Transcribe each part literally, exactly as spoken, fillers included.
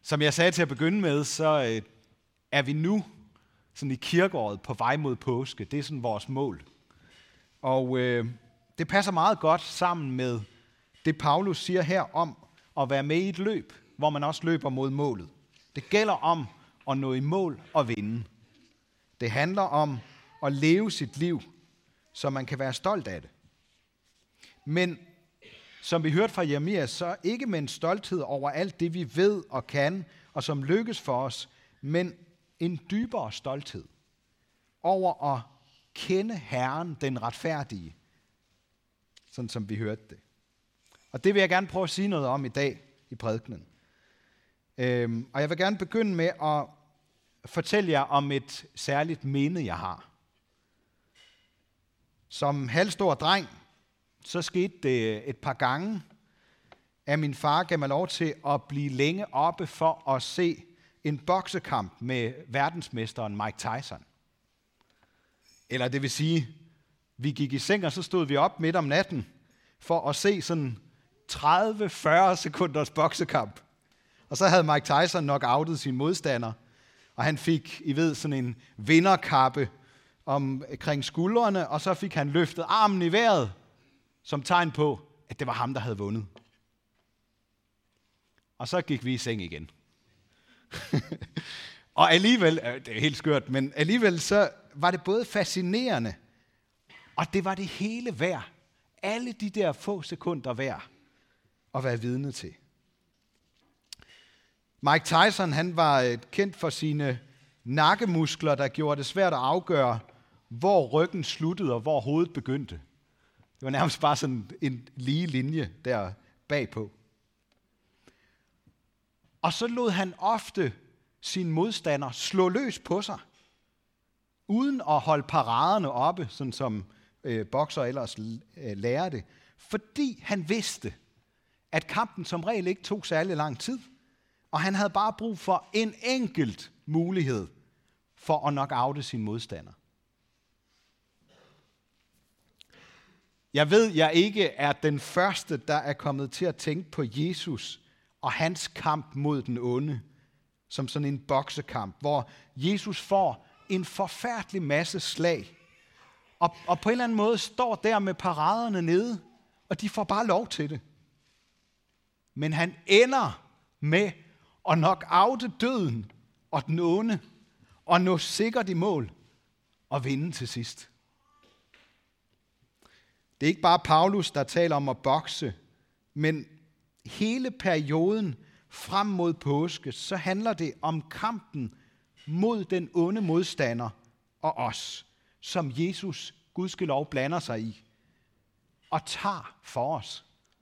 Som jeg sagde til at begynde med, så øh, er vi nu sådan i kirkeåret på vej mod påske. Det er sådan vores mål. Og øh, det passer meget godt sammen med det, Paulus siger her om at være med i et løb, hvor man også løber mod målet. Det gælder om at nå i mål og vinde. Det handler om at leve sit liv, så man kan være stolt af det. Men som vi hørte fra Jeremias, så ikke med en stolthed over alt det, vi ved og kan, og som lykkes for os, men en dybere stolthed over at kende Herren, den retfærdige, sådan som vi hørte det. Og det vil jeg gerne prøve at sige noget om i dag i prædikenen. Øhm, og jeg vil gerne begynde med at fortælle jer om et særligt minde, jeg har. Som halvstor dreng, så skete det et par gange, at min far gav mig lov til at blive længe oppe for at se en boksekamp med verdensmesteren Mike Tyson. Eller det vil sige, vi gik i seng, og så stod vi op midt om natten for at se sådan tredive til fyrre sekunders boksekamp. Og så havde Mike Tyson nok outet sin modstander, og han fik, I ved, sådan en vinderkappe omkring skuldrene, og så fik han løftet armen i vejret, som tegn på, at det var ham, der havde vundet. Og så gik vi i seng igen. Og alligevel, det er helt skørt, men alligevel så var det både fascinerende, og det var det hele værd. Alle de der få sekunder værd at være vidne til. Mike Tyson, han var kendt for sine nakkemuskler, der gjorde det svært at afgøre, hvor ryggen sluttede og hvor hovedet begyndte. Det var nærmest bare sådan en lige linje der bagpå. Og så lod han ofte sin modstander slå løs på sig, uden at holde paraderne oppe, sådan som øh, bokser ellers øh, lærer det, fordi han vidste, at kampen som regel ikke tog særlig lang tid, og han havde bare brug for en enkelt mulighed for at knockoute sin modstander. Jeg ved, jeg ikke er den første, der er kommet til at tænke på Jesus og hans kamp mod den onde, som sådan en boksekamp, hvor Jesus får en forfærdelig masse slag, og, og på en eller anden måde står der med paraderne nede, og de får bare lov til det. Men han ender med at knockoute døden og den onde, og nå sikkert i mål og vinde til sidst. Det er ikke bare Paulus, der taler om at bokse, men hele perioden frem mod påske, så handler det om kampen mod den onde modstander og os, som Jesus, gudskelov, blander sig i og tager for os.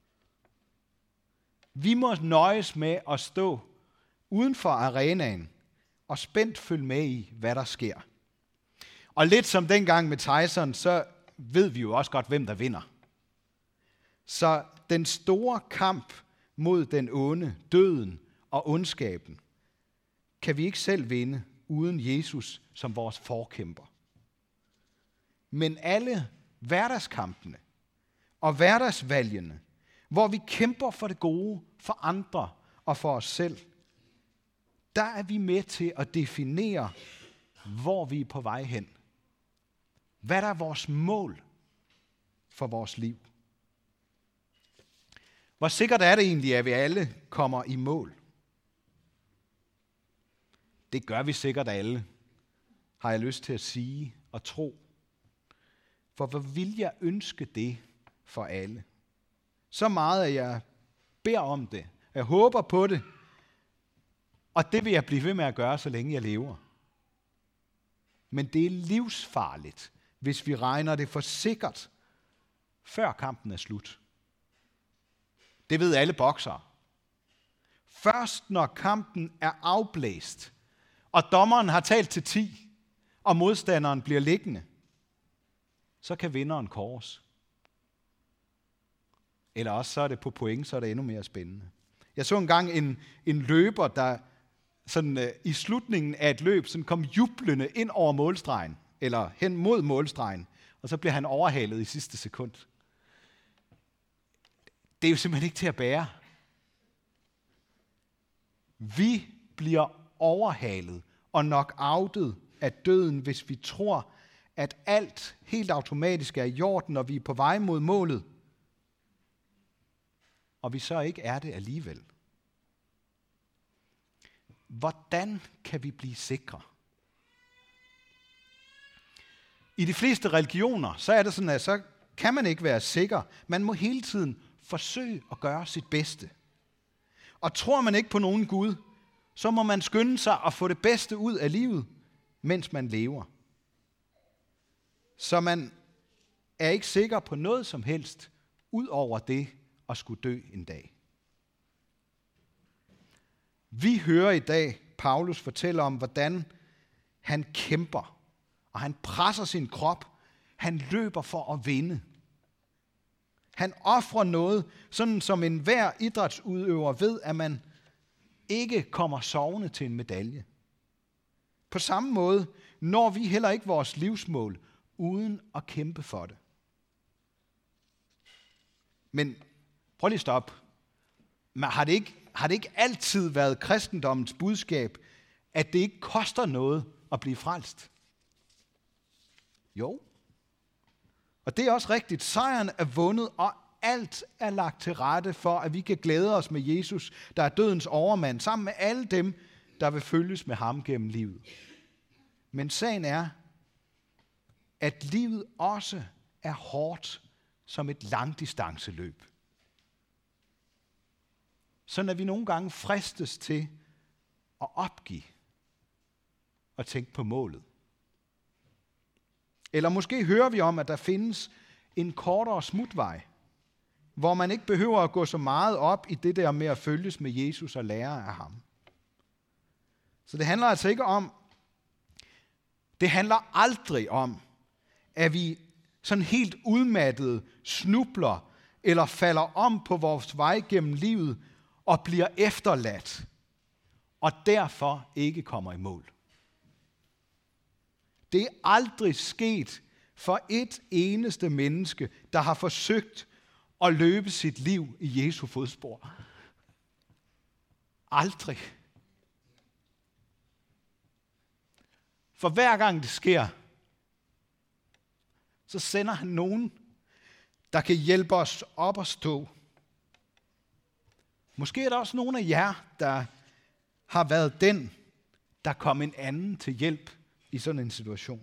Vi må nøjes med at stå uden for arenaen og spændt følge med i, hvad der sker. Og lidt som dengang med Tyson, så ved vi jo også godt, hvem der vinder. Så den store kamp mod den onde, døden og ondskaben, kan vi ikke selv vinde uden Jesus som vores forkæmper. Men alle hverdagskampene og hverdagsvalgene, hvor vi kæmper for det gode, for andre og for os selv, der er vi med til at definere, hvor vi er på vej hen. Hvad der er vores mål for vores liv. Hvor sikkert er det egentlig, at vi alle kommer i mål? Det gør vi sikkert alle, har jeg lyst til at sige og tro. For hvor vil jeg ønske det for alle? Så meget, at jeg beder om det. Jeg håber på det. Og det vil jeg blive ved med at gøre, så længe jeg lever. Men det er livsfarligt, hvis vi regner det for sikkert, før kampen er slut. Det ved alle boksere. Først når kampen er afblæst, og dommeren har talt til ti, og modstanderen bliver liggende, så kan vinderen kåres. Eller også så er det på point, så er det endnu mere spændende. Jeg så engang en, en løber, der sådan, uh, i slutningen af et løb sådan kom jublende ind over målstregen, eller hen mod målstregen, og så bliver han overhalet i sidste sekund. Det er jo simpelthen ikke til at bære. Vi bliver overhalet og knock-outet af døden, hvis vi tror, at alt helt automatisk er i orden, når vi er på vej mod målet, og vi så ikke er det alligevel. Hvordan kan vi blive sikre? I de fleste religioner, så er det sådan, at så kan man ikke være sikker. Man må hele tiden forsøge at gøre sit bedste. Og tror man ikke på nogen Gud, så må man skynde sig at få det bedste ud af livet, mens man lever. Så man er ikke sikker på noget som helst, ud over det at skulle dø en dag. Vi hører i dag Paulus fortælle om, hvordan han kæmper, og han presser sin krop. Han løber for at vinde. Han ofrer noget, sådan som enhver idrætsudøver ved, at man ikke kommer sovende til en medalje. På samme måde når vi heller ikke vores livsmål, uden at kæmpe for det. Men prøv lige at stoppe. Men har det ikke, har det ikke altid været kristendommens budskab, at det ikke koster noget at blive frelst? Jo. Og det er også rigtigt. Sejren er vundet, og alt er lagt til rette for, at vi kan glæde os med Jesus, der er dødens overmand, sammen med alle dem, der vil følges med ham gennem livet. Men sagen er, at livet også er hårdt som et langdistanceløb. Sådan at vi nogle gange fristes til at opgive og tænke på målet. Eller måske hører vi om, at der findes en kortere smutvej, hvor man ikke behøver at gå så meget op i det der med at følges med Jesus og lære af ham. Så det handler altså ikke om, det handler aldrig om, at vi sådan helt udmattede snubler eller falder om på vores vej gennem livet og bliver efterladt, og derfor ikke kommer i mål. Det er aldrig sket for et eneste menneske, der har forsøgt at løbe sit liv i Jesu fodspor. Aldrig. For hver gang det sker, så sender han nogen, der kan hjælpe os op at stå. Måske er der også nogen af jer, der har været den, der kom en anden til hjælp i sådan en situation.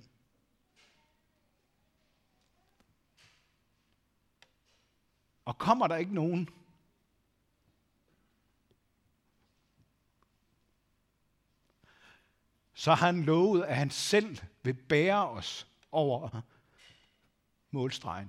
Og kommer der ikke nogen, så har han lovet, at han selv vil bære os over målstregen.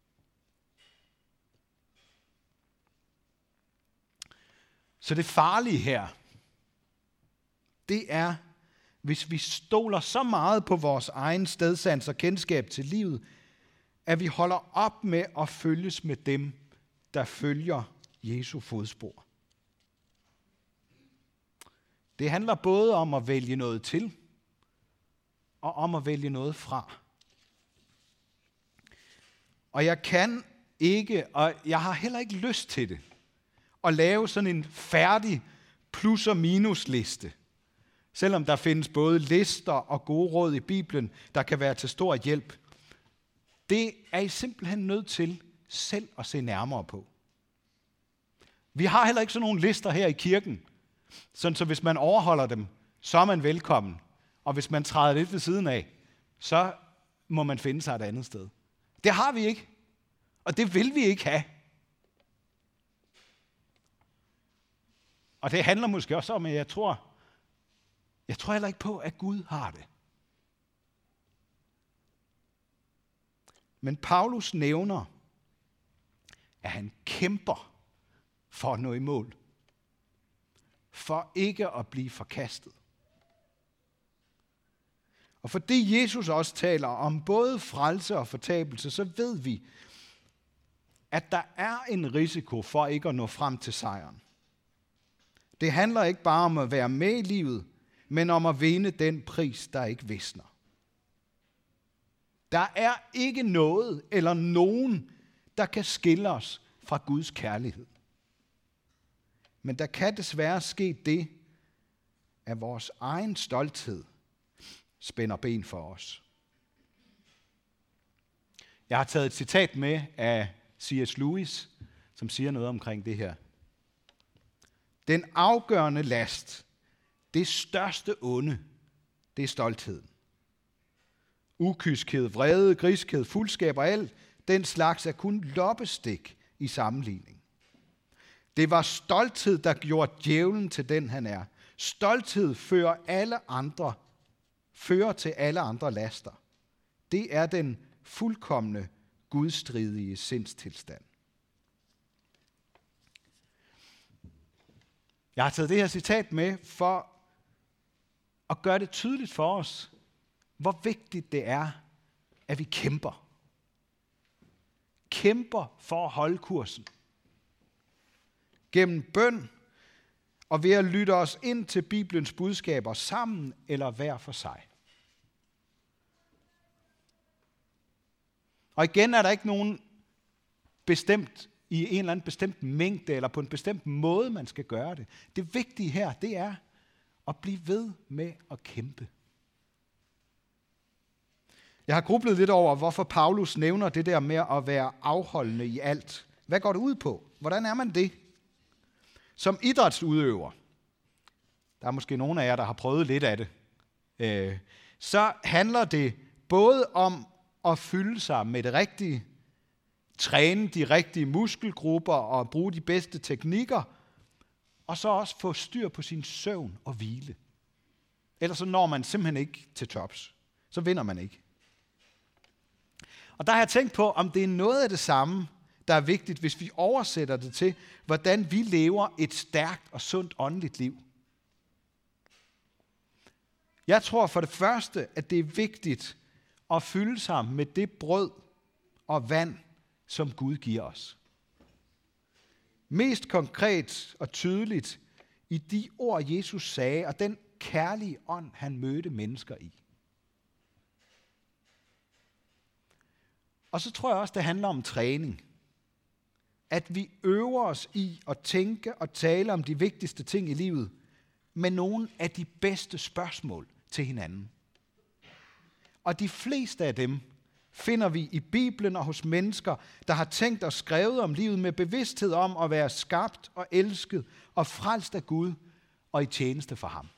Så det farlige her, det er, hvis vi stoler så meget på vores egen stedsans og kendskab til livet, at vi holder op med at følges med dem, der følger Jesu fodspor. Det handler både om at vælge noget til, og om at vælge noget fra. Og jeg kan ikke, og jeg har heller ikke lyst til det, at lave sådan en færdig plus- og minusliste. Selvom der findes både lister og gode råd i Bibelen, der kan være til stor hjælp. Det er I simpelthen nødt til selv at se nærmere på. Vi har heller ikke sådan nogle lister her i kirken, sådan så hvis man overholder dem, så er man velkommen. Og hvis man træder lidt ved siden af, så må man finde sig et andet sted. Det har vi ikke, og det vil vi ikke have. Og det handler måske også om, at jeg tror, jeg tror heller ikke på, at Gud har det. Men Paulus nævner, at han kæmper for at nå i mål. For ikke at blive forkastet. Og fordi Jesus også taler om både frelse og fortabelse, så ved vi, at der er en risiko for ikke at nå frem til sejren. Det handler ikke bare om at være med i livet, men om at vinde den pris, der ikke visner. Der er ikke noget eller nogen, der kan skille os fra Guds kærlighed. Men der kan desværre ske det, at vores egen stolthed spænder ben for os. Jeg har taget et citat med af C S Lewis, som siger noget omkring det her. Den afgørende last, det største onde, det er stoltheden. Ukyskhed, vrede, griskhed, fuldskab og alt, den slags er kun loppestik i sammenligning. Det var stolthed, der gjorde djævlen til den, han er. Stolthed fører alle andre, fører til alle andre laster. Det er den fuldkomne, gudstridige sindstilstand. Jeg har taget det her citat med for at gøre det tydeligt for os, hvor vigtigt det er, at vi kæmper. Kæmper for at holde kursen. Gennem bøn og ved at lytte os ind til Bibelens budskaber sammen eller hver for sig. Og igen er der ikke nogen bestemt i en eller anden bestemt mængde eller på en bestemt måde, man skal gøre det. Det vigtige her, det er at blive ved med at kæmpe. Jeg har grublet lidt over, hvorfor Paulus nævner det der med at være afholdende i alt. Hvad går det ud på? Hvordan er man det? Som idrætsudøver, der er måske nogle af jer, der har prøvet lidt af det, øh, så handler det både om at fylde sig med det rigtige, træne de rigtige muskelgrupper og bruge de bedste teknikker, og så også få styr på sin søvn og hvile. Ellers så når man simpelthen ikke til tops. Så vinder man ikke. Og der har jeg tænkt på, om det er noget af det samme, der er vigtigt, hvis vi oversætter det til, hvordan vi lever et stærkt og sundt åndeligt liv. Jeg tror for det første, at det er vigtigt at fylde sig med det brød og vand, som Gud giver os. Mest konkret og tydeligt i de ord, Jesus sagde, og den kærlige ånd, han mødte mennesker i. Og så tror jeg også, det handler om træning. At vi øver os i at tænke og tale om de vigtigste ting i livet med nogle af de bedste spørgsmål til hinanden. Og de fleste af dem finder vi i Bibelen og hos mennesker, der har tænkt og skrevet om livet med bevidsthed om at være skabt og elsket og frelst af Gud og i tjeneste for ham.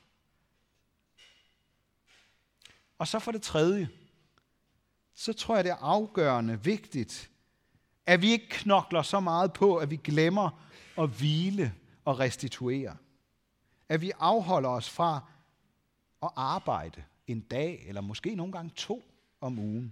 Og så for det tredje, så tror jeg, det er afgørende vigtigt, at vi ikke knokler så meget på, at vi glemmer at hvile og restituere. At vi afholder os fra at arbejde en dag, eller måske nogle gange to om ugen.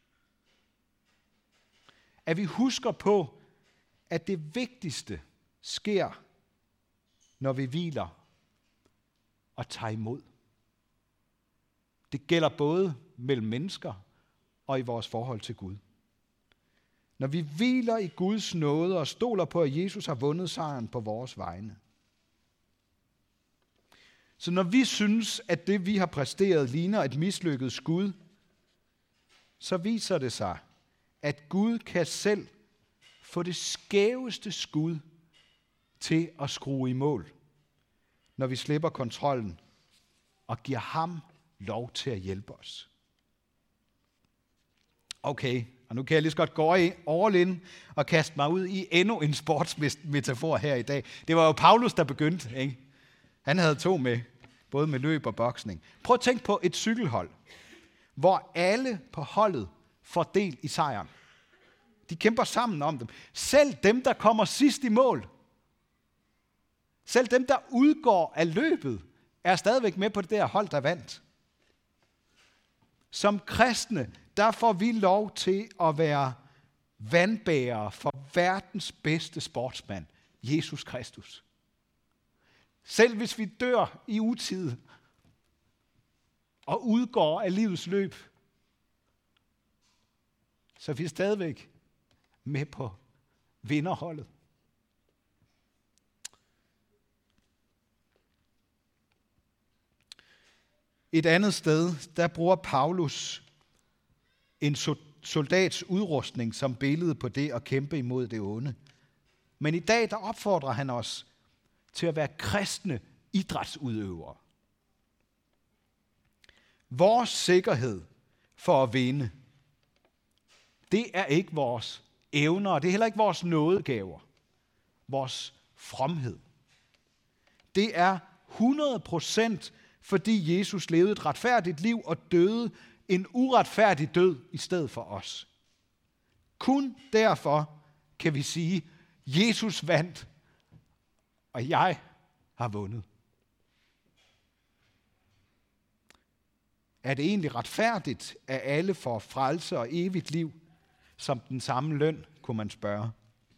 At vi husker på, at det vigtigste sker, når vi hviler og tager imod. Det gælder både mellem mennesker og i vores forhold til Gud. Når vi hviler i Guds nåde og stoler på, at Jesus har vundet sejren på vores vegne. Så når vi synes, at det vi har præsteret ligner et mislykket skud, så viser det sig, at Gud kan selv få det skæveste skud til at skrue i mål, når vi slipper kontrollen og giver ham lov til at hjælpe os. Okay, og nu kan jeg lige så godt gå all in og kaste mig ud i endnu en sportsmetafor her i dag. Det var jo Paulus, der begyndte, ikke? Han havde to med, både med løb og boksning. Prøv at tænke på et cykelhold, hvor alle på holdet får del i sejren. De kæmper sammen om dem. Selv dem, der kommer sidst i mål, selv dem, der udgår af løbet, er stadigvæk med på det der hold, der vandt. Som kristne, der får vi lov til at være vandbærere for verdens bedste sportsmand, Jesus Kristus. Selv hvis vi dør i utide og udgår af livets løb, så er vi stadigvæk med på vinderholdet. Et andet sted, der bruger Paulus en soldats udrustning som billede på det at kæmpe imod det onde. Men i dag, der opfordrer han os til at være kristne idrætsudøvere. Vores sikkerhed for at vinde, det er ikke vores evner, og det er heller ikke vores nådegaver, vores fromhed. Det er hundrede procent, fordi Jesus levede et retfærdigt liv og døde en uretfærdig død i stedet for os. Kun derfor kan vi sige, Jesus vandt, og jeg har vundet. Er det egentlig retfærdigt, at alle får frelse og evigt liv som den samme løn, kunne man spørge?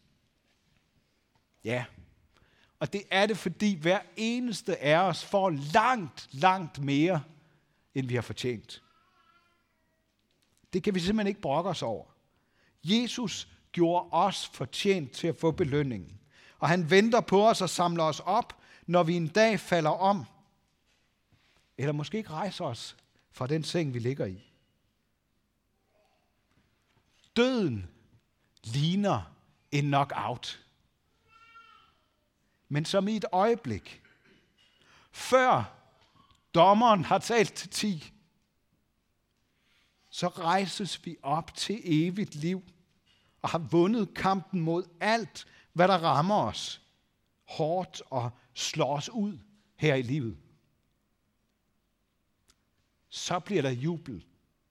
Ja, og det er det, fordi hver eneste af os får langt, langt mere, end vi har fortjent. Det kan vi simpelthen ikke brokke os over. Jesus gjorde os fortjent til at få belønningen, og han venter på os og samler os op, når vi en dag falder om, eller måske ikke rejser os fra den seng, vi ligger i. Døden ligner en knockout, men som i et øjeblik, før dommeren har talt til ti, så rejses vi op til evigt liv og har vundet kampen mod alt, hvad der rammer os hårdt og slår os ud her i livet. Så bliver der jubel.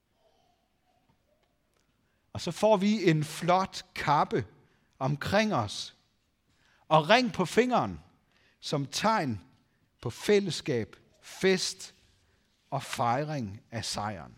Og så får vi en flot kappe omkring os og ring på fingeren som tegn på fællesskab, fest og fejring af sejren.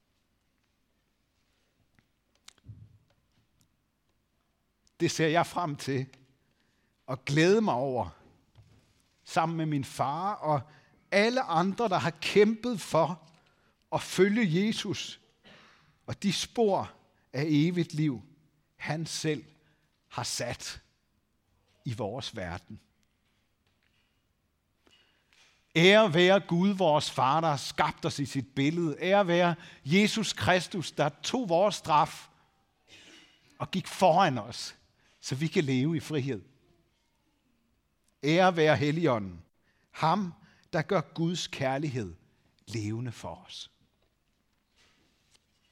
Det ser jeg frem til og glæde mig over, sammen med min far og alle andre, der har kæmpet for at følge Jesus og de spor af evigt liv, han selv har sat i vores verden. Ære være Gud, vores far, der har skabt os i sit billede. Ære være Jesus Kristus, der tog vores straf og gik foran os, så vi kan leve i frihed. Ære være Helligånden, ham, der gør Guds kærlighed levende for os.